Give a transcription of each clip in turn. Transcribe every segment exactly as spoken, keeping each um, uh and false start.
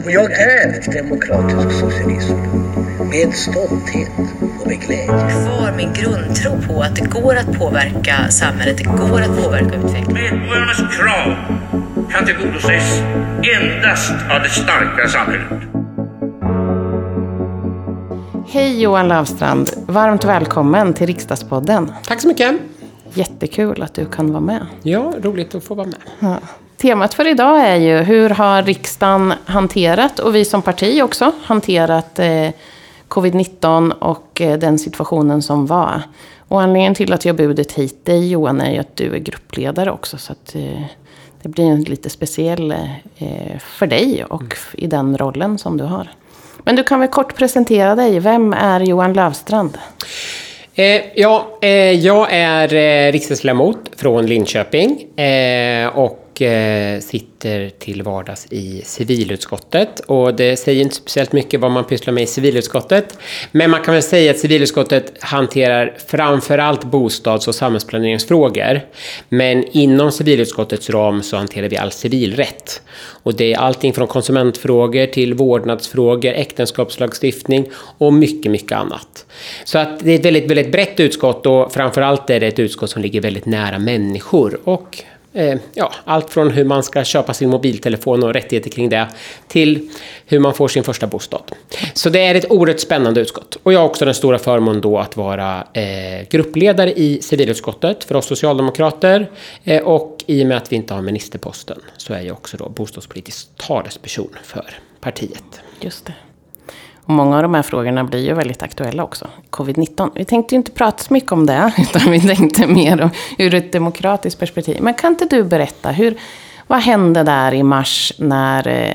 Och jag är demokratisk socialism med stolthet och med glädje. Kvar min grundtro på att det går att påverka samhället, det går att påverka utvecklingen. Medborgarnas krav kan tillgodoses endast av det starka samhället. Hej Johan Löfstrand, varmt välkommen till Riksdagspodden. Tack så mycket. Jättekul att du kan vara med. Ja, roligt att få vara med. Ja. Temat för idag är ju hur har riksdagen hanterat, och vi som parti också, hanterat eh, covid nitton och eh, den situationen som var. Och anledningen till att jag bjudit hit dig, Johan, är ju att du är gruppledare också. Så att eh, det blir en lite speciell eh, för dig och mm. i den rollen som du har. Men du kan väl kort presentera dig. Vem är Johan Löfstrand? Eh, ja, eh, jag är eh, riksdagsledamot från Linköping eh, och eh, sitter till vardags i civilutskottet. Och det säger inte speciellt mycket vad man pysslar med i civilutskottet. Men man kan väl säga att civilutskottet hanterar framförallt bostads- och samhällsplaneringsfrågor. Men inom civilutskottets ram så hanterar vi all civilrätt. Och det är allting från konsumentfrågor till vårdnadsfrågor, äktenskapslagstiftning och mycket, mycket annat. Så att det är ett väldigt, väldigt brett utskott, och framförallt är det ett utskott som ligger väldigt nära människor. Och eh, ja, allt från hur man ska köpa sin mobiltelefon och rättigheter kring det till hur man får sin första bostad. Så det är ett oerhört spännande utskott. Och jag har också den stora förmånen då att vara eh, gruppledare i civilutskottet för oss socialdemokrater. Eh, och i och med att vi inte har ministerposten så är jag också då bostadspolitisk talesperson för partiet. Just det. Och många av de här frågorna blir ju väldigt aktuella också. covid nitton. Vi tänkte ju inte prata så mycket om det, utan vi tänkte mer om ur ett demokratiskt perspektiv. Men kan inte du berätta, hur, vad hände där i mars när,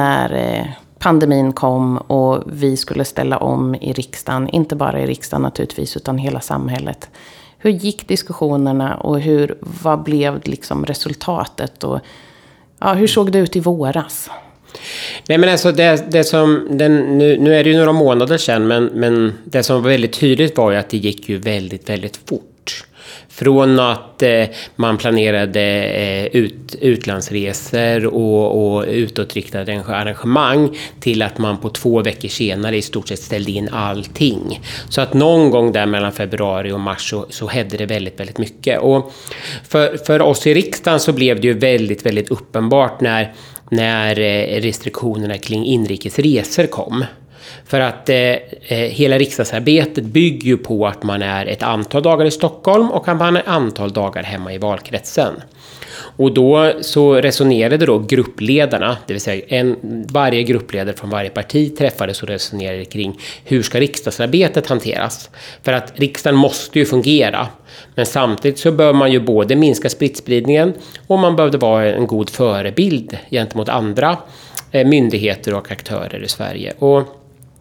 när pandemin kom och vi skulle ställa om i riksdagen? Inte bara i riksdagen naturligtvis, utan hela samhället. Hur gick diskussionerna och hur, vad blev liksom resultatet? Och, ja, hur såg det ut i våras? Nej, men alltså det, det som, den, nu, nu är det ju några månader sedan, men, men det som var väldigt tydligt var ju att det gick ju väldigt, väldigt fort. Från att eh, man planerade eh, ut, utlandsresor och, och utåtriktade arrangemang till att man på två veckor senare i stort sett ställde in allting. Så att någon gång där mellan februari och mars så, så hände det väldigt, väldigt mycket. Och för, för oss i riksdagen så blev det ju väldigt, väldigt uppenbart när när restriktionerna kring inrikes resor kom. För att eh, hela riksdagsarbetet bygger ju på att man är ett antal dagar i Stockholm och att man är ett antal dagar hemma i valkretsen. Och då så resonerade då gruppledarna, det vill säga en, varje gruppledare från varje parti träffades och resonerade kring hur ska riksdagsarbetet hanteras. För att riksdagen måste ju fungera, men samtidigt så bör man ju både minska sprittspridningen och man behövde vara en god förebild gentemot andra eh, myndigheter och aktörer i Sverige. Och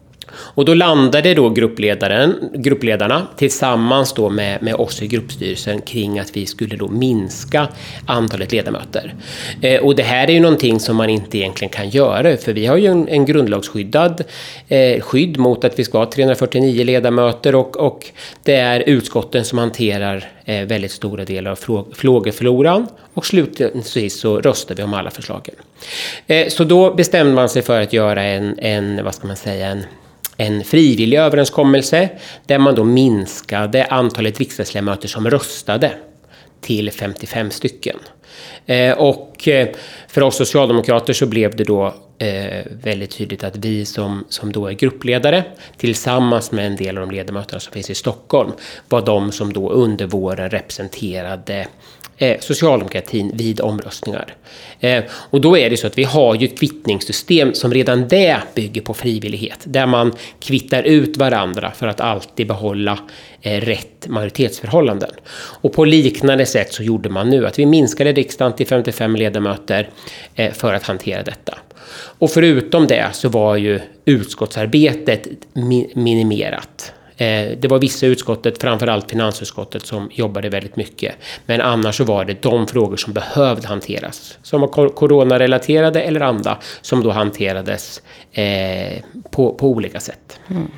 Och då landade då gruppledaren, gruppledarna tillsammans då med, med oss i gruppstyrelsen kring att vi skulle då minska antalet ledamöter. Eh, och det här är ju någonting som man inte egentligen kan göra, för vi har ju en, en grundlagsskyddad eh, skydd mot att vi ska ha trehundrafyrtionio ledamöter, och, och det är utskotten som hanterar eh, väldigt stora delar av frågefloran, och slutligen så röstar vi om alla förslagen. Eh, så då bestämde man sig för att göra en, en vad ska man säga, en en frivillig överenskommelse där man då minskade antalet riksdagsledamöter som röstade till femtiofem stycken. Eh, och för oss socialdemokrater så blev det då eh, väldigt tydligt att vi som, som då är gruppledare tillsammans med en del av de ledamöterna som finns i Stockholm var de som då under våren representerade Eh, socialdemokratin vid omröstningar. Eh, och då är det så att vi har ju ett kvittningssystem som redan det bygger på frivillighet, där man kvittar ut varandra för att alltid behålla eh, rätt majoritetsförhållanden. Och på liknande sätt så gjorde man nu att vi minskade riksdagen till femtiofem ledamöter eh, för att hantera detta. Och förutom det så var ju utskottsarbetet mi- minimerat. Det var vissa utskottet, framförallt finansutskottet, som jobbade väldigt mycket. Men annars så var det de frågor som behövde hanteras, som var coronarelaterade eller andra, som då hanterades eh, på, på olika sätt. Mm.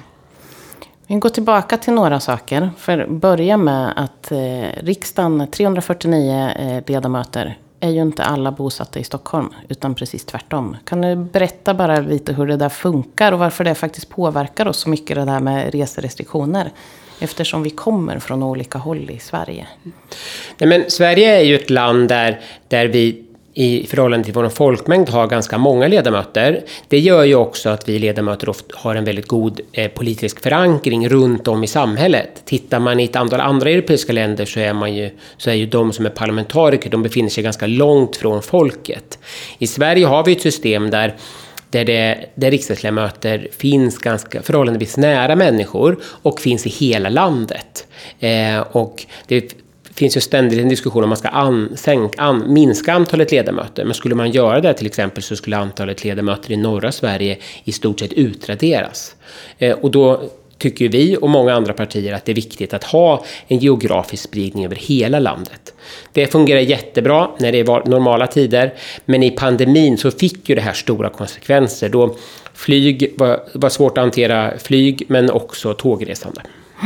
Vi går tillbaka till några saker. För börja med att eh, riksdagen, trehundrafyrtionio eh, ledamöter, är ju inte alla bosatta i Stockholm, utan precis tvärtom. Kan du berätta bara lite hur det där funkar och varför det faktiskt påverkar oss så mycket, det där med reserestriktioner? Eftersom vi kommer från olika håll i Sverige. Nej, men Sverige är ju ett land där, där vi i förhållande till vår folkmängd har ganska många ledamöter. Det gör ju också att vi ledamöter ofta har en väldigt god eh, politisk förankring runt om i samhället. Tittar man i ett antal andra europeiska länder så är, man ju, så är ju de som är parlamentariker, de befinner sig ganska långt från folket. I Sverige har vi ett system där Där, det, där riksdagsledamöter finns ganska förhållandevis nära människor och finns i hela landet. Eh, och det finns ju ständigt en diskussion om man ska an, sänk, an, minska antalet ledamöter. Men skulle man göra det till exempel så skulle antalet ledamöter i norra Sverige i stort sett utraderas. Eh, och då tycker vi och många andra partier att det är viktigt att ha en geografisk spridning över hela landet. Det fungerar jättebra när det var normala tider, men i pandemin så fick ju det här stora konsekvenser. Då flyg var, var svårt att hantera flyg, men också tågresande.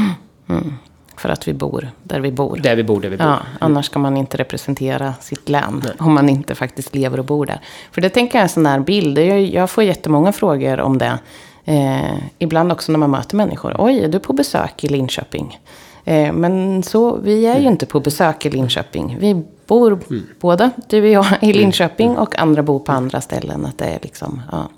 Mm. För att vi bor där vi bor. Där vi bor, där vi bor. Ja, annars ska man inte representera sitt län. Nej. Om man inte faktiskt lever och bor där. För det tänker jag är en sån här bild. Jag, jag får jättemånga frågor om det. Eh, ibland också när man möter människor. Oj, är du på besök i Linköping? Eh, men så, vi är ju mm. inte på besök i Linköping. Vi bor mm. båda, du och jag, i Linköping mm. och andra bor på andra ställen. Att det är liksom, ja.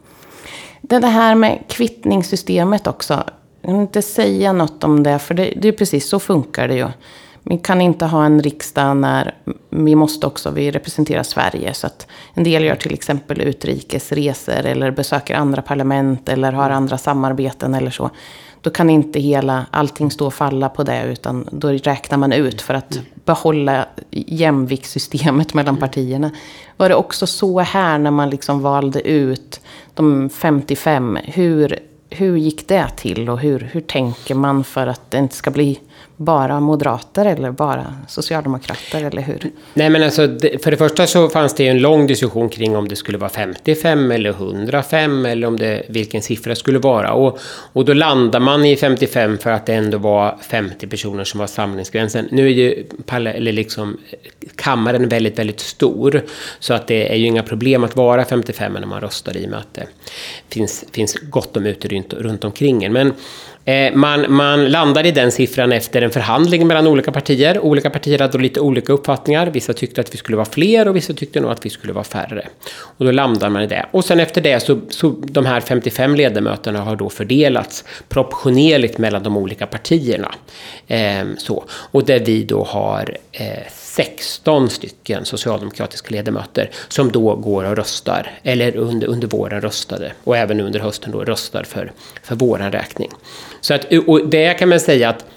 Det här med kvittningssystemet också. Jag vill inte säga något om det, för det, det är precis så funkar det ju. Vi kan inte ha en riksdag när vi måste också, vi representerar Sverige. Så att en del gör till exempel utrikesresor eller besöker andra parlament eller har andra samarbeten eller så. Då kan inte hela, allting stå och falla på det, utan då räknar man ut för att behålla jämviktssystemet mellan partierna. Var det också så här när man liksom valde ut de femtiofem, hur... Hur gick det till och hur, hur tänker man för att det inte ska bli bara moderater eller bara socialdemokrater, eller hur? Nej, men alltså, för det första så fanns det ju en lång diskussion kring om det skulle vara femtiofem eller hundrafem eller om det, vilken siffra skulle vara. Och, och då landar man i femtiofem för att det ändå var femtio personer som var samlingsgränsen. Nu är ju eller liksom, kammaren väldigt, väldigt stor, så att det är ju inga problem att vara femtiofem när man röstar, i och med att det finns, finns gott om ute runt, runt omkring en. Men eh, man, man landade i den siffran efter en förhandling mellan olika partier. Olika partier hade lite olika uppfattningar. Vissa tyckte att vi skulle vara fler och vissa tyckte nog att vi skulle vara färre. Och då landade man i det. Och sen efter det så, så de här femtiofem ledamöterna har då fördelats proportionerligt mellan de olika partierna. Eh, så. Och där vi då har eh, sexton stycken socialdemokratiska ledamöter som då går och röstar, eller under, under våren röstade, och även under hösten då röstar för, för våran räkning. Så att, och det kan man säga att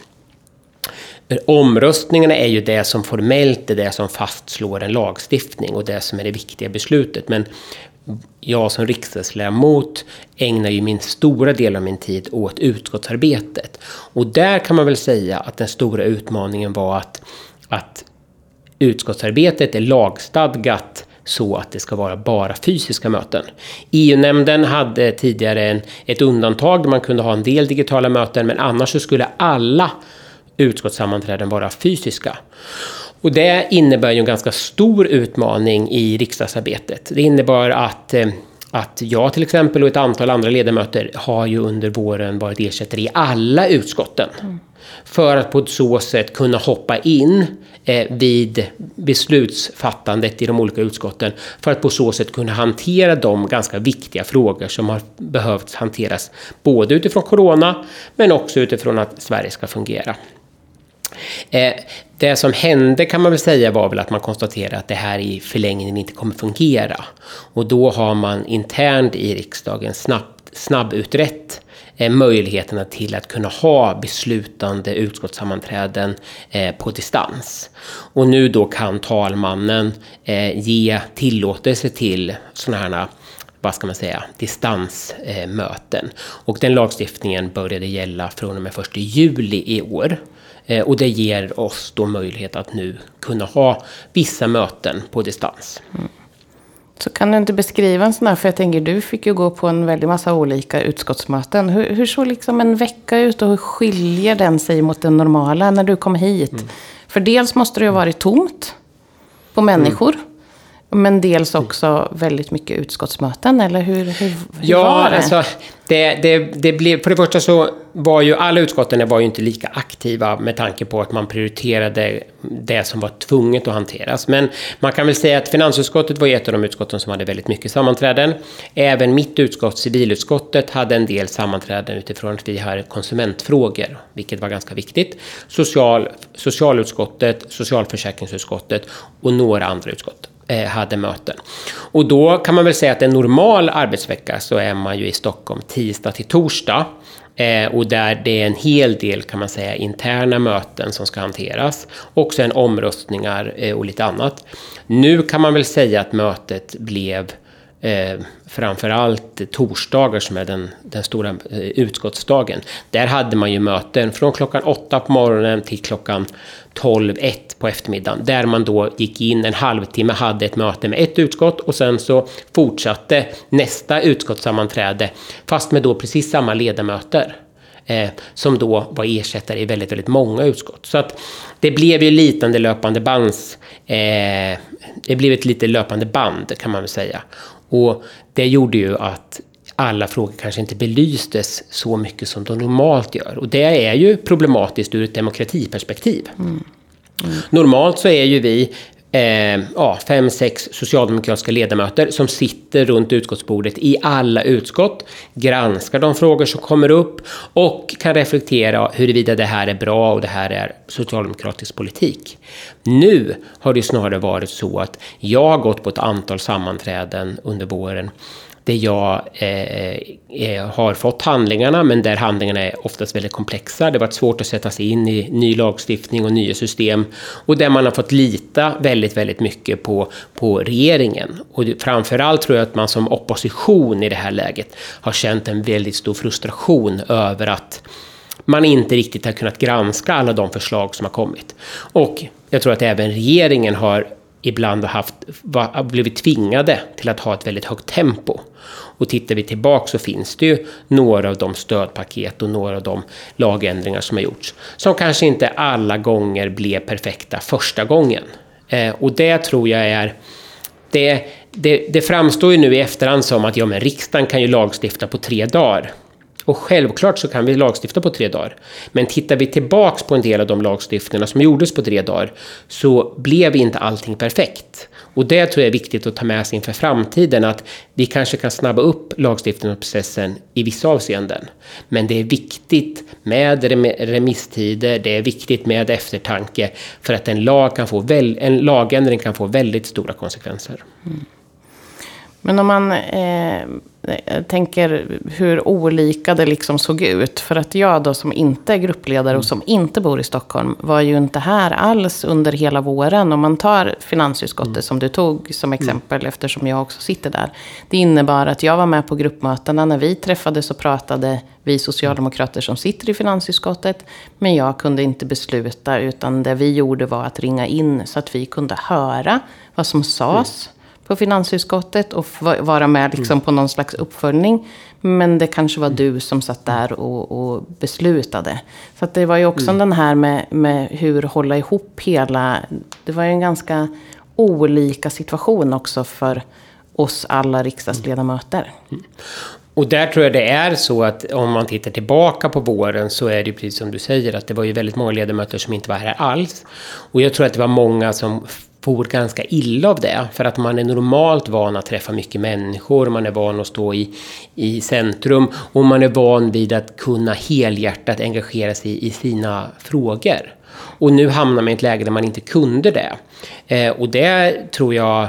omröstningarna är ju det som formellt är det som fastslår en lagstiftning och det som är det viktiga beslutet. Men jag som riksdagsledamot ägnar ju min stora del av min tid åt utskottsarbetet. Och där kan man väl säga att den stora utmaningen var att, att utskottsarbetet är lagstadgat så att det ska vara bara fysiska möten. E U-nämnden hade tidigare en, ett undantag där man kunde ha en del digitala möten, men annars så skulle alla utskottssammanträden vara fysiska. Och det innebär ju en ganska stor utmaning i riksdagsarbetet. Det innebär att, att jag till exempel och ett antal andra ledamöter har ju under våren varit ersättare i alla utskotten. Mm. För att på så sätt kunna hoppa in eh, vid beslutsfattandet i de olika utskotten. För att på så sätt kunna hantera de ganska viktiga frågor som har behövt hanteras. Både utifrån corona men också utifrån att Sverige ska fungera. Eh, det som hände kan man väl säga var väl att man konstaterade att det här i förlängningen inte kommer fungera. Och då har man internt i riksdagen snabbt, snabbutrett eh, möjligheterna till att kunna ha beslutande utskottssammanträden eh, på distans. Och nu då kan talmannen eh, ge tillåtelse till sådana här, vad ska man säga, distansmöten. Och den lagstiftningen började gälla från och med första juli i år. Och det ger oss då möjlighet att nu kunna ha vissa möten på distans. Mm. Så kan du inte beskriva en sån här, för jag tänker du fick ju gå på en väldigt massa olika utskottsmöten. Hur, hur såg liksom en vecka ut och hur skiljer den sig mot den normala när du kom hit? Mm. För dels måste det ju ha varit tomt på människor. Men dels också väldigt mycket utskottsmöten, eller hur, hur, hur ja, var det? Alltså, det, det, det blev, för det första så var ju alla utskotten var ju inte lika aktiva med tanke på att man prioriterade det som var tvunget att hanteras. Men man kan väl säga att finansutskottet var ett av de utskotten som hade väldigt mycket sammanträden. Även mitt utskott, civilutskottet, hade en del sammanträden utifrån att vi har konsumentfrågor, vilket var ganska viktigt. Social, socialutskottet, socialförsäkringsutskottet och några andra utskott hade möten. Och då kan man väl säga att en normal arbetsvecka så är man ju i Stockholm tisdag till torsdag. Eh, och där det är en hel del, kan man säga, interna möten som ska hanteras. Och sen omröstningar eh, och lite annat. Nu kan man väl säga att mötet blev eh, framförallt torsdagar som är den, den stora eh, utskottsdagen. Där hade man ju möten från klockan åtta på morgonen till klockan tolv ett på eftermiddagen. Där man då gick in en halvtimme, hade ett möte med ett utskott och sen så fortsatte nästa utskottssammanträde fast med då precis samma ledamöter eh, som då var ersättare i väldigt, väldigt många utskott. Så att det blev ju litande löpande bands, eh, det blev ett lite löpande band kan man väl säga. Och det gjorde ju att alla frågor kanske inte belystes så mycket som de normalt gör. Och det är ju problematiskt ur ett demokratiperspektiv. Mm. Mm. Normalt så är ju vi eh, ja, fem, sex socialdemokratiska ledamöter som sitter runt utskottsbordet i alla utskott, granskar de frågor som kommer upp och kan reflektera huruvida det här är bra och det här är socialdemokratisk politik. Nu har det snarare varit så att jag har gått på ett antal sammanträden under våren där jag eh, har fått handlingarna, men där handlingarna är oftast väldigt komplexa. Det har varit svårt att sätta sig in i ny lagstiftning och nya system. Och där man har fått lita väldigt, väldigt mycket på, på regeringen. Och det, framförallt tror jag att man som opposition i det här läget har känt en väldigt stor frustration över att man inte riktigt har kunnat granska alla de förslag som har kommit. Och jag tror att även regeringen har ibland har haft, var, blivit tvingade till att ha ett väldigt högt tempo. Och tittar vi tillbaka så finns det ju några av de stödpaket och några av de lagändringar som har gjorts som kanske inte alla gånger blev perfekta första gången. Eh, och det tror jag är det, det, det framstår ju nu i efterhand som att ja, men riksdagen kan ju lagstifta på tre dagar. Och självklart så kan vi lagstifta på tre dagar. Men tittar vi tillbaks på en del av de lagstiftningarna som gjordes på tre dagar så blev inte allting perfekt. Och det tror jag är viktigt att ta med sig inför framtiden, att vi kanske kan snabba upp lagstiftningsprocessen i vissa avseenden. Men det är viktigt med remisstider, det är viktigt med eftertanke för att en, lag kan få väl, en lagändring kan få väldigt stora konsekvenser. Mm. Men om man eh, tänker hur olika det liksom såg ut. För att jag då som inte är gruppledare och som inte bor i Stockholm var ju inte här alls under hela våren. Om man tar finansutskottet mm. som du tog som exempel mm. eftersom jag också sitter där. Det innebar att jag var med på gruppmötena. När vi träffades så pratade vi socialdemokrater som sitter i finansutskottet. Men jag kunde inte besluta, utan det vi gjorde var att ringa in så att vi kunde höra vad som sades. Mm. på finansutskottet och vara med liksom på någon slags uppföljning. Men det kanske var du som satt där och, och beslutade. Så att det var ju också mm. den här med, med hur hålla ihop hela... Det var ju en ganska olika situation också för oss alla riksdagsledamöter. Mm. Och där tror jag det är så att om man tittar tillbaka på våren så är det precis som du säger att det var ju väldigt många ledamöter som inte var här alls. Och jag tror att det var många som får ganska illa av det, för att man är normalt van att träffa mycket människor, man är van att stå i, i centrum och man är van vid att kunna helhjärtat engagera sig i, i sina frågor. Och nu hamnar man i ett läge där man inte kunde det. Eh, och det tror jag...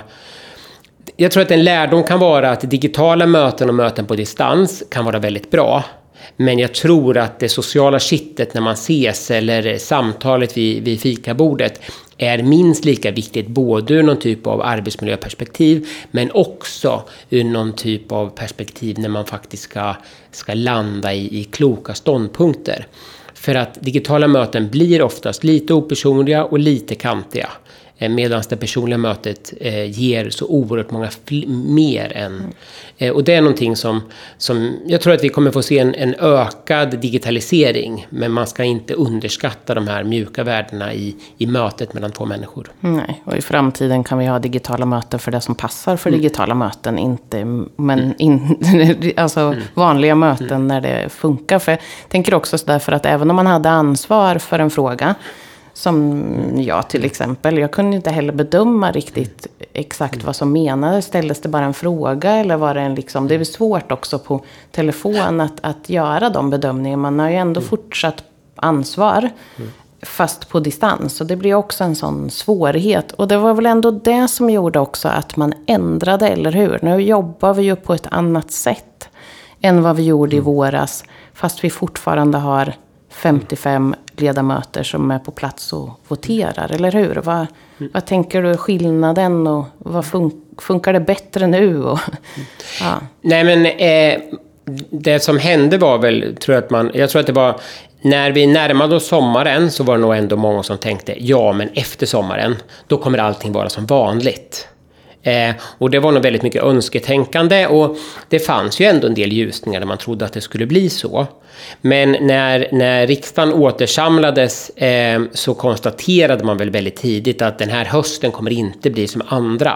Jag tror att en lärdom kan vara att digitala möten och möten på distans kan vara väldigt bra. Men jag tror att det sociala kittet när man ses eller samtalet vid, vid fikabordet är minst lika viktigt både ur någon typ av arbetsmiljöperspektiv men också ur någon typ av perspektiv när man faktiskt ska, ska landa i, i kloka ståndpunkter. För att digitala möten blir oftast lite opersonliga och lite kantiga. Medan det personliga mötet eh, ger så oerhört många fl- mer än... Mm. Eh, och det är någonting som, som... Jag tror att vi kommer få se en, en ökad digitalisering. Men man ska inte underskatta de här mjuka värdena i, i mötet mellan två människor. Nej, och i framtiden kan vi ha digitala möten för det som passar för mm. digitala möten. Inte, men mm. in, alltså mm. vanliga möten mm. när det funkar. För jag tänker också så därför att även om man hade ansvar för en fråga... Som jag till exempel. Jag kunde inte heller bedöma riktigt exakt vad som menades. Ställdes det bara en fråga eller var det en liksom... Det är svårt också på telefon att, att göra de bedömningarna. Man har ju ändå mm. fortsatt ansvar fast på distans. Och det blir också en sån svårighet. Och det var väl ändå det som gjorde också att man ändrade, eller hur? Nu jobbar vi ju på ett annat sätt än vad vi gjorde i våras. Fast vi fortfarande har femtiofem ledamöter som är på plats och voterar, eller hur? Vad, mm. vad tänker du är skillnaden och vad fun- funkar det bättre nu? Och, ja. Nej, men eh, det som hände var väl, tror jag att man, jag tror att det var när vi närmade oss sommaren så var det nog ändå många som tänkte, ja men efter sommaren, då kommer allting vara som vanligt. Eh, och det var nog väldigt mycket önsketänkande och det fanns ju ändå en del ljusningar där man trodde att det skulle bli så. Men när, när riksdagen återsamlades eh, så konstaterade man väl väldigt tidigt att den här hösten kommer inte bli som andra.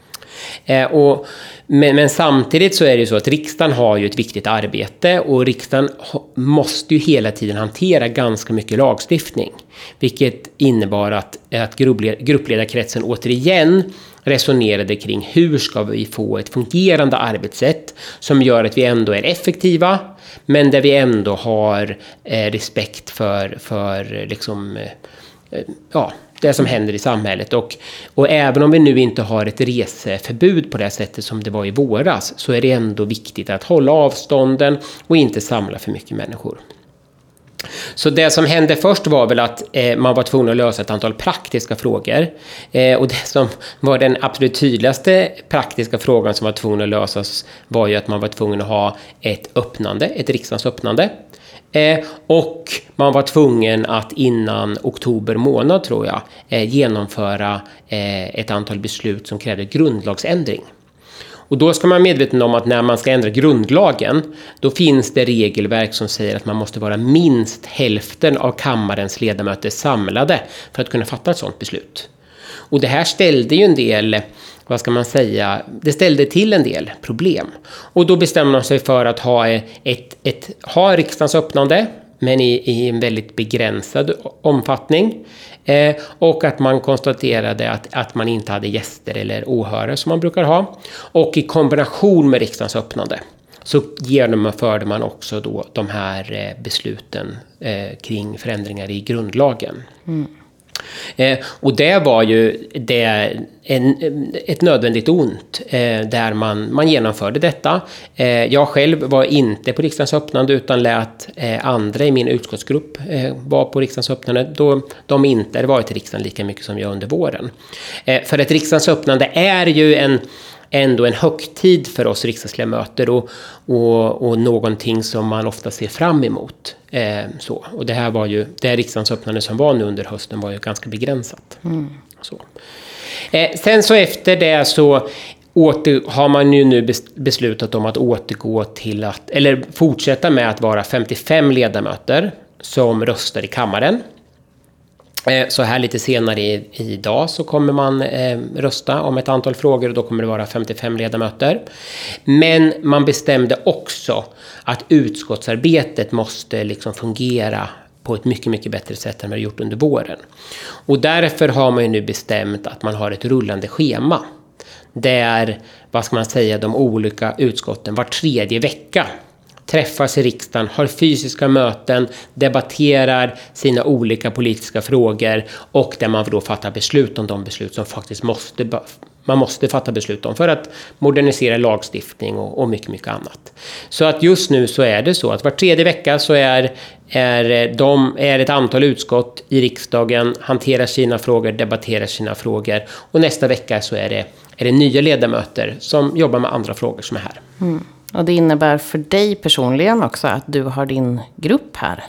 Eh, och, men, men samtidigt så är det ju så att riksdagen har ju ett viktigt arbete och riksdagen ha, måste ju hela tiden hantera ganska mycket lagstiftning. Vilket innebar att, att gruppledarkretsen återigen resonerade kring hur ska vi få ett fungerande arbetssätt som gör att vi ändå är effektiva men där vi ändå har eh, respekt för, för liksom, eh, ja, det som händer i samhället. Och, och även om vi nu inte har ett reseförbud på det sättet som det var i våras så är det ändå viktigt att hålla avstånden och inte samla för mycket människor. Så det som hände först var väl att eh, man var tvungen att lösa ett antal praktiska frågor. Eh, och det som var den absolut tydligaste praktiska frågan som var tvungen att lösas var ju att man var tvungen att ha ett öppnande, ett riksdagens öppnande. Eh, och man var tvungen att innan oktober månad tror jag eh, genomföra eh, ett antal beslut som krävde grundlagsändring. Och då ska man vara medveten om att när man ska ändra grundlagen då finns det regelverk som säger att man måste vara minst hälften av kammarens ledamöter samlade för att kunna fatta ett sådant beslut. Och det här ställde ju en del, vad ska man säga, det ställde till en del problem. Och då bestämde man sig för att ha ett, ett ha riksdagens öppnande men i, i en väldigt begränsad omfattning. Eh, och att man konstaterade att, att man inte hade gäster eller åhörare som man brukar ha. Och i kombination med riksdagens öppnande så genomförde man också då de här eh, besluten eh, kring förändringar i grundlagen. Mm. Eh, och det var ju det, en, ett nödvändigt ont eh, där man, man genomförde detta. Eh, jag själv var inte på riksdagens öppnande utan lät eh, andra i min utskottsgrupp eh, vara på riksdagens öppnande då de inte varit i riksdagen lika mycket som jag under våren. Eh, för att riksdagens öppnande är ju en ändå en högtid för oss riksdagsledamöter och, och, och någonting som man ofta ser fram emot. Eh, så. Och det här var ju, det här riksdagens öppnande som var nu under hösten var ju ganska begränsat. Mm. Så. Eh, sen så efter det så åter, har man ju nu beslutat om att återgå till att, eller fortsätta med att vara femtiofem ledamöter som röstar i kammaren. Så här lite senare i, idag så kommer man eh, rösta om ett antal frågor och då kommer det vara femtiofem ledamöter. Men man bestämde också att utskottsarbetet måste liksom fungera på ett mycket, mycket bättre sätt än vad det gjort under våren. Och därför har man ju nu bestämt att man har ett rullande schema. Där, vad ska man säga, de olika utskotten var tredje vecka träffas i riksdagen, har fysiska möten, debatterar sina olika politiska frågor och där man då fattar beslut om de beslut som faktiskt måste, man måste fatta beslut om för att modernisera lagstiftning och, och mycket, mycket annat. Så att just nu så är det så att var tredje vecka så är, är, de, är ett antal utskott i riksdagen, hanterar sina frågor, debatterar sina frågor och nästa vecka så är det, är det nya ledamöter som jobbar med andra frågor som är här. Mm. Och det innebär för dig personligen också att du har din grupp här.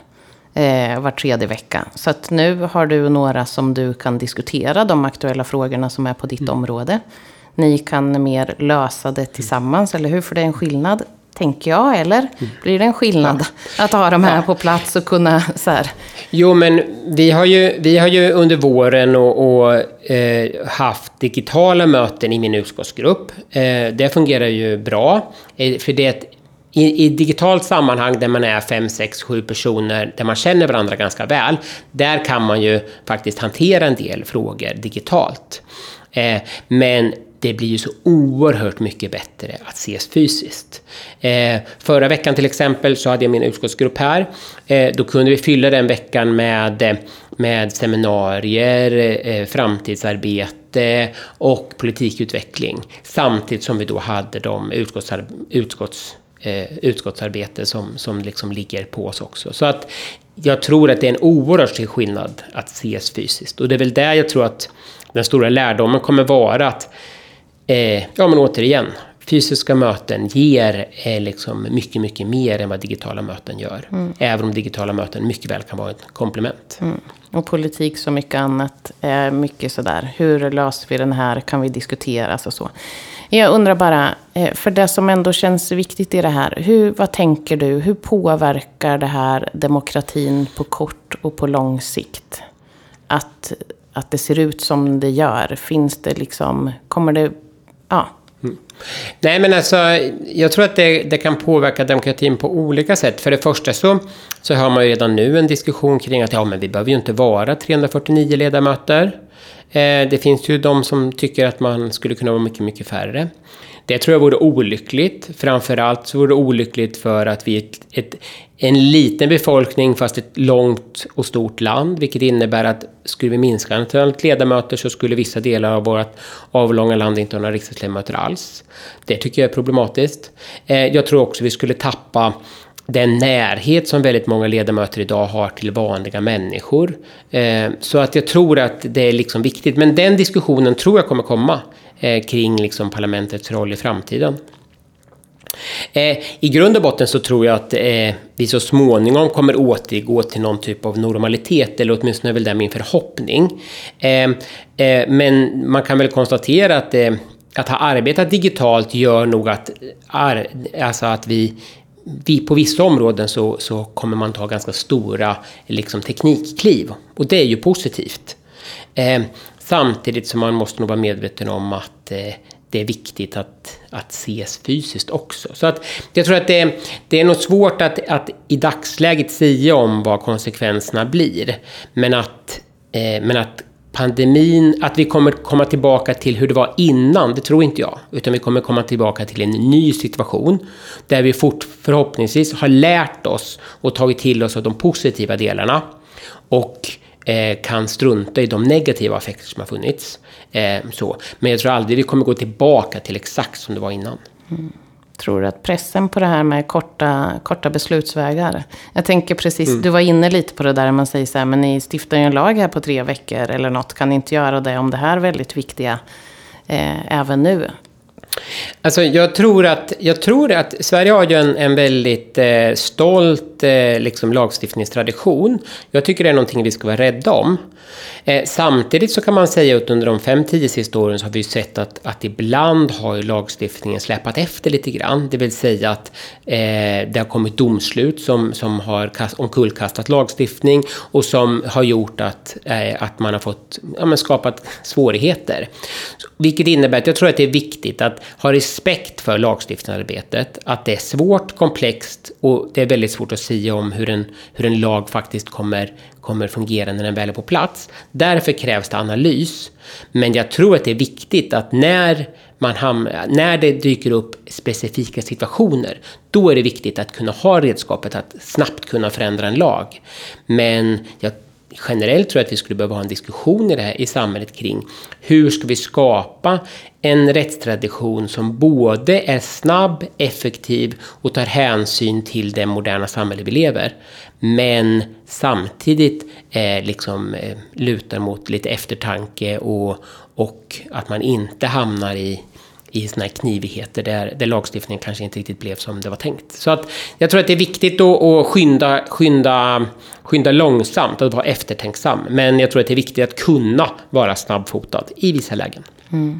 eh, var tredje vecka. Så att nu har du några som du kan diskutera, de aktuella frågorna som är på ditt mm. område. Ni kan mer lösa det tillsammans, eller hur? För det är en skillnad, tänker jag, eller? Mm. Blir det en skillnad ja. att ha de här ja. på plats och kunna så här? Jo, men vi har ju, vi har ju under våren och, och eh, haft digitala möten i min utskottsgrupp. Eh, det fungerar ju bra, eh, för det är ett I, I digitalt sammanhang där man är fem, sex, sju personer, där man känner varandra ganska väl, där kan man ju faktiskt hantera en del frågor digitalt. Eh, men det blir ju så oerhört mycket bättre att ses fysiskt. Eh, förra veckan till exempel så hade jag min utskottsgrupp här. Eh, då kunde vi fylla den veckan med, med seminarier, eh, framtidsarbete och politikutveckling. Samtidigt som vi då hade de utskottsar, utskotts Eh, utskottsarbete som, som liksom ligger på oss också. Så att jag tror att det är en oerhört stor skillnad att ses fysiskt. Och det är väl där jag tror att den stora lärdomen kommer vara att, eh, ja men återigen, fysiska möten ger eh, liksom mycket, mycket mer än vad digitala möten gör. Mm. Även om digitala möten mycket väl kan vara ett komplement. Mm. Och politik så mycket annat är mycket sådär. Hur löser vi den här? Kan vi diskutera? Och så. Jag undrar bara, för det som ändå känns viktigt i det här, hur, vad tänker du? Hur påverkar det här demokratin på kort och på lång sikt? Att, att det ser ut som det gör, finns det liksom, kommer det, ja. Mm. Nej, men alltså, jag tror att det, det kan påverka demokratin på olika sätt. För det första så, så har man ju redan nu en diskussion kring att ja, men vi behöver ju inte vara trehundrafyrtionio ledamöter. Eh, det finns ju de som tycker att man skulle kunna vara mycket, mycket färre. Det tror jag vore olyckligt. Framförallt så vore det olyckligt för att vi är ett, ett, en liten befolkning fast ett långt och stort land. Vilket innebär att skulle vi minska antalet ledamöter så skulle vissa delar av vårt avlånga land inte ha några riksdagsledamöter alls. Det tycker jag är problematiskt. Eh, jag tror också vi skulle tappa den närhet som väldigt många ledamöter idag har till vanliga människor. Eh, så att jag tror att det är liksom viktigt. Men den diskussionen tror jag kommer komma eh, kring liksom parlamentets roll i framtiden. Eh, I grund och botten så tror jag att eh, vi så småningom kommer återgå till någon typ av normalitet, eller åtminstone är väl det min förhoppning. Eh, eh, men man kan väl konstatera att, eh, att ha arbetat digitalt gör nog att, ar, alltså att vi Vi, på vissa områden så, så kommer man ta ganska stora liksom, teknikkliv. Och det är ju positivt. Eh, samtidigt som man måste nog vara medveten om att eh, det är viktigt att, att ses fysiskt också. Så att, jag tror att det, det är nog svårt att, att i dagsläget säga om vad konsekvenserna blir. Men att, eh, men att pandemin, att vi kommer komma tillbaka till hur det var innan, det tror inte jag. Utan vi kommer komma tillbaka till en ny situation där vi fort, förhoppningsvis har lärt oss och tagit till oss av de positiva delarna och eh, kan strunta i de negativa effekter som har funnits. Eh, så. Men jag tror aldrig vi kommer gå tillbaka till exakt som det var innan. Mm. Tror du att pressen på det här med korta, korta beslutsvägar? Jag tänker precis, mm. du var inne lite på det där, man säger så här, men ni stiftar ju en lag här på tre veckor eller något, kan ni inte göra det om det här är väldigt viktiga eh, även nu? Alltså jag tror att, jag tror att Sverige har ju en, en väldigt eh, stolt eh, liksom lagstiftningstradition. Jag tycker det är någonting vi ska vara rädda om. Eh, samtidigt så kan man säga att under de fem, tio sista åren så har vi sett att, att ibland har ju lagstiftningen släpat efter lite grann. Det vill säga att eh, det har kommit domslut som, som har kast, omkullkastat lagstiftning och som har gjort att, eh, att man har fått ja, men skapat svårigheter. Vilket innebär att jag tror att det är viktigt att ha respekt för lagstiftningsarbetet. Att det är svårt, komplext och det är väldigt svårt att säga om hur en, hur en lag faktiskt kommer, kommer fungera när den väl är på plats. Därför krävs det analys. Men jag tror att det är viktigt att när, man hamnar, när det dyker upp specifika situationer, då är det viktigt att kunna ha redskapet att snabbt kunna förändra en lag. Men jag generellt tror jag att vi skulle behöva ha en diskussion i det här i samhället kring hur ska vi skapa en rättstradition som både är snabb, effektiv och tar hänsyn till det moderna samhälle vi lever, men samtidigt eh, liksom, eh, lutar mot lite eftertanke och, och att man inte hamnar i i såna här knivigheter där, där lagstiftningen kanske inte riktigt blev som det var tänkt. Så att jag tror att det är viktigt att, att skynda, skynda, skynda långsamt och vara eftertänksam. Men jag tror att det är viktigt att kunna vara snabbfotad i vissa lägen. Mm.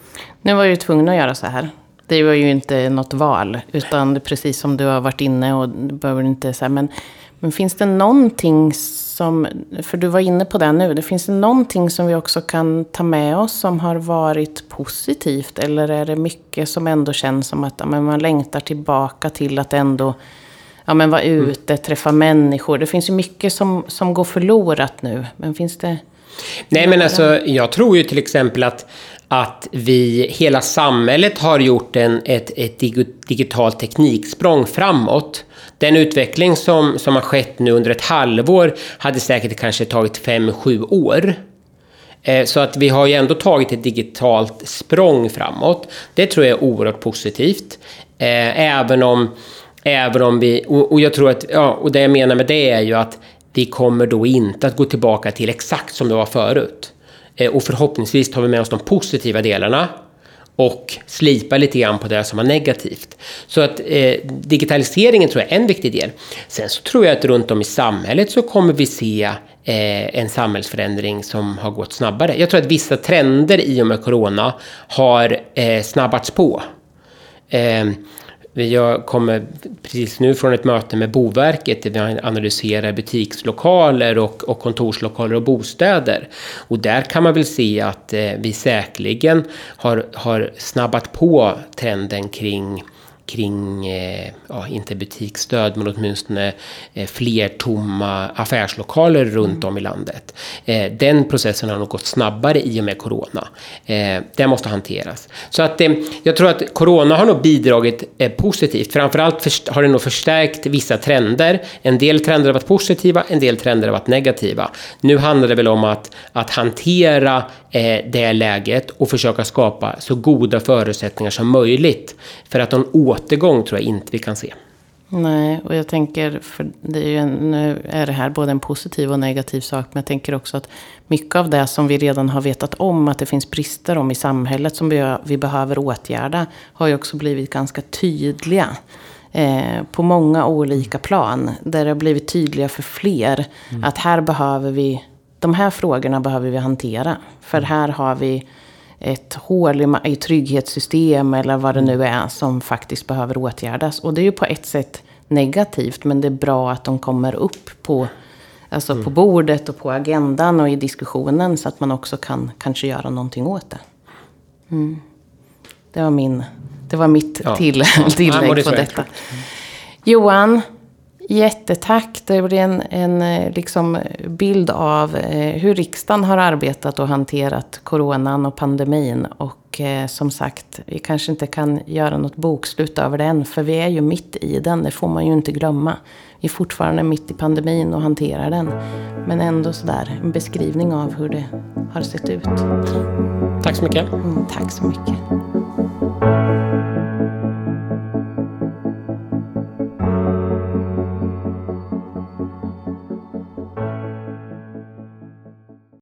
Nu var jag ju tvungen att göra så här. Det var ju inte något val, utan det är precis som du har varit inne och du behöver inte så här, men, men finns det någonting som, för du var inne på det nu, det finns det någonting som vi också kan ta med oss som har varit positivt, eller är det mycket som ändå känns som att ja, men man längtar tillbaka till att ändå ja, men vara ute, mm. träffa människor. Det finns ju mycket som, som går förlorat nu, men finns det... Nej, men alltså, jag tror ju till exempel att, att vi, hela samhället har gjort en, ett, ett digitalt tekniksprång framåt. Den utveckling som, som har skett nu under ett halvår hade säkert kanske tagit fem, sju år. Eh, så att vi har ju ändå tagit ett digitalt språng framåt. Det tror jag är oerhört positivt. Eh, även om, även om vi, och, och jag tror att, ja, och det jag menar med det är ju att vi kommer då inte att gå tillbaka till exakt som det var förut. Eh, och förhoppningsvis tar vi med oss de positiva delarna och slipa lite grann på det som var negativt. Så att eh, digitaliseringen tror jag är en viktig del. Sen så tror jag att runt om i samhället så kommer vi se eh, en samhällsförändring som har gått snabbare. Jag tror att vissa trender i och med corona har eh, snabbats på. Eh, Jag kommer precis nu från ett möte med Boverket där vi analyserar butikslokaler och, och kontorslokaler och bostäder. Och där kan man väl se att eh, vi säkerligen har, har snabbat på trenden kring, kring eh, ja, inte butiksstöd men åtminstone eh, fler tomma affärslokaler runt om i landet. Eh, den processen har nog gått snabbare i och med corona. Eh, det måste hanteras. Så att eh, jag tror att corona har nog bidragit eh, positivt. Framförallt först- har det nog förstärkt vissa trender. En del trender har varit positiva, en del trender har varit negativa. Nu handlar det väl om att, att hantera eh, det läget och försöka skapa så goda förutsättningar som möjligt för att de återgång tror jag inte vi kan se. Nej, och jag tänker, för det är ju en, nu är det här både en positiv och negativ sak, men jag tänker också att mycket av det som vi redan har vetat om att det finns brister om i samhället som vi, vi behöver åtgärda har ju också blivit ganska tydliga eh, på många olika plan, där det har blivit tydliga för fler mm. att här behöver vi, de här frågorna behöver vi hantera, för här har vi ett hål i, i trygghetssystem eller vad det nu är som faktiskt behöver åtgärdas. Och det är ju på ett sätt negativt, men det är bra att de kommer upp på, alltså mm. på bordet och på agendan och i diskussionen så att man också kan kanske göra någonting åt det. Mm. Det var min, det var mitt ja. till, ja. tillägg ja, på detta. Johan, jättetack. Det blir en, en liksom bild av eh, hur riksdagen har arbetat och hanterat coronan och pandemin. Och eh, som sagt, vi kanske inte kan göra något bokslut över den, för vi är ju mitt i den, det får man ju inte glömma. Vi är fortfarande mitt i pandemin och hanterar den. Men ändå sådär, en beskrivning av hur det har sett ut. Tack så mycket. Mm, tack så mycket.